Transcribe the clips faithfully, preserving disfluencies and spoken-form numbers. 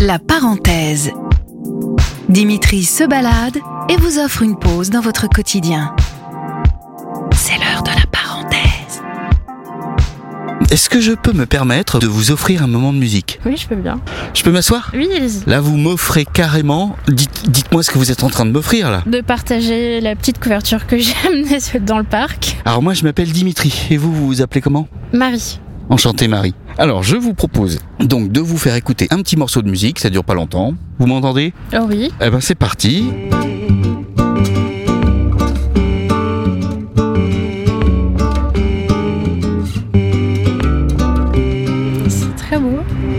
La parenthèse. Dimitri se balade et vous offre une pause dans votre quotidien. C'est l'heure de la parenthèse. Est-ce que je peux me permettre de vous offrir un moment de musique ? Oui, je peux bien. Je peux m'asseoir ? Oui, allez-y. Là, vous m'offrez carrément. Dites, dites-moi ce que vous êtes en train de m'offrir là. De partager la petite couverture que j'ai amenée dans le parc. Alors moi, je m'appelle Dimitri. Et vous, vous vous appelez comment ? Marie. Enchanté Marie. Alors, je vous propose donc de vous faire écouter un petit morceau de musique. Ça dure pas longtemps. Vous m'entendez ? Oh oui. Eh ben, c'est parti. C'est très beau.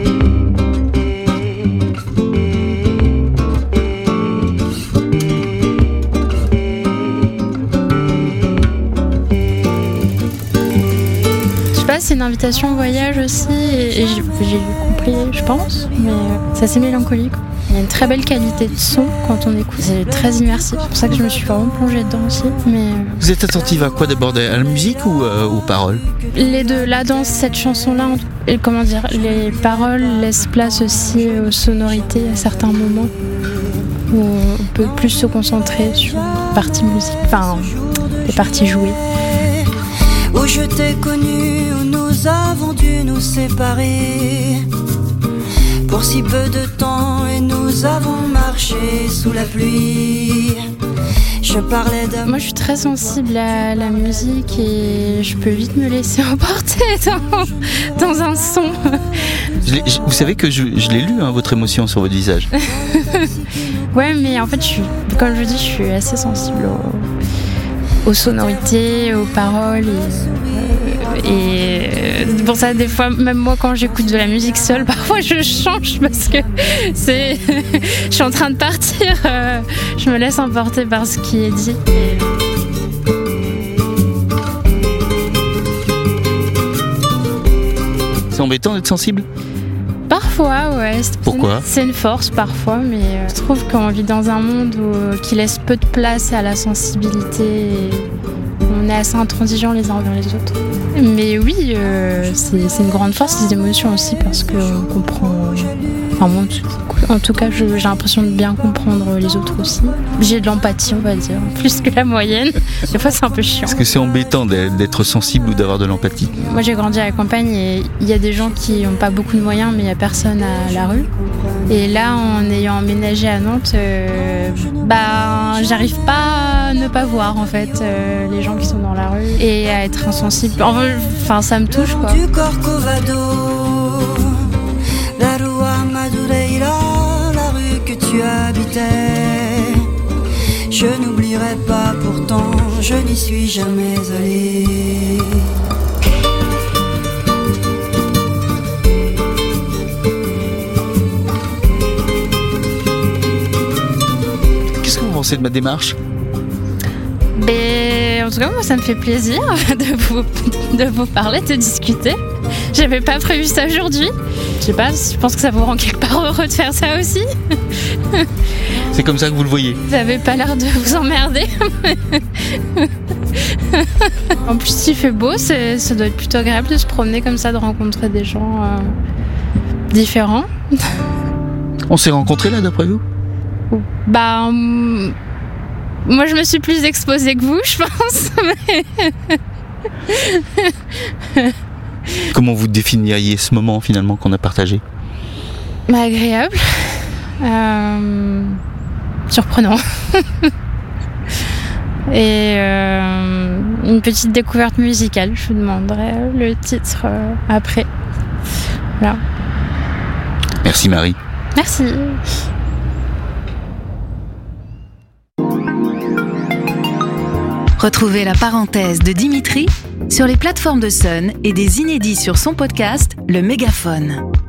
C'est une invitation au voyage aussi et, et j'ai, j'ai compris, je pense, mais c'est assez mélancolique. Il y a une très belle qualité de son quand on écoute, c'est très immersif. C'est pour ça que je me suis vraiment plongée dedans aussi. Mais vous êtes attentive à quoi d'abord, à la musique ou euh, aux paroles ? Les deux. Là, dans cette chanson-là, et comment dire, les paroles laissent place aussi aux sonorités à certains moments où on peut plus se concentrer sur les parties musique, enfin les parties jouées. Où je t'ai connu, où nous avons dû nous séparer pour si peu de temps et nous avons marché sous la pluie. Je parlais de... Moi je suis très sensible à la musique et je peux vite me laisser emporter dans, dans un son. Je l'ai, je, vous savez que je, je l'ai lu, hein, votre émotion sur votre visage. Ouais, mais en fait, je suis, comme je dis, je suis assez sensible au... aux sonorités, aux paroles et, et pour ça des fois même moi quand j'écoute de la musique seule parfois je change parce que c'est je suis en train de partir, euh, je me laisse emporter par ce qui est dit et... C'est embêtant d'être sensible ? Parfois, ouais. C'est Pourquoi ? C'est une force parfois, mais euh, je trouve qu'on vit dans un monde où, qui laisse peu de place à la sensibilité. Et on est assez intransigeants les uns envers les autres. Mais oui, euh, c'est, c'est une grande force, les émotions aussi, parce qu'on comprend... Enfin, moi, en tout cas, je, j'ai l'impression de bien comprendre les autres aussi. J'ai de l'empathie, on va dire, plus que la moyenne. Des fois, c'est un peu chiant. Est-ce que c'est embêtant d'être sensible ou d'avoir de l'empathie ? Moi, j'ai grandi à la campagne et il y a des gens qui n'ont pas beaucoup de moyens, mais il n'y a personne à la rue. Et là, en ayant emménagé à Nantes, euh, bah, j'arrive pas à ne pas voir, en fait, euh, les gens qui sont dans la rue et à être insensible. Enfin, ça me touche, quoi. Du Corcovado, la Rua Madureira, la rue que tu habitais. Je n'oublierai pas, pourtant, je n'y suis jamais allé. Qu'est-ce que vous pensez de ma démarche ? Mais en tout cas, moi, ça me fait plaisir de vous, de vous parler, de discuter. J'avais pas prévu ça aujourd'hui. Je sais pas, je pense que ça vous rend quelque part heureux de faire ça aussi. C'est comme ça que vous le voyez ? Vous avez pas l'air de vous emmerder. En plus, il fait beau, c'est, ça doit être plutôt agréable de se promener comme ça, de rencontrer des gens euh, différents. On s'est rencontrés là, d'après vous ? Bah, hum, moi, je me suis plus exposée que vous, je pense. Mais... Comment vous définiriez ce moment finalement qu'on a partagé ? Bah, agréable, euh, surprenant et euh, une petite découverte musicale. Je vous demanderai le titre euh, après. Voilà. Merci Marie. Merci. Retrouvez la parenthèse de Dimitri sur les plateformes de Sun et des inédits sur son podcast Le Mégaphone.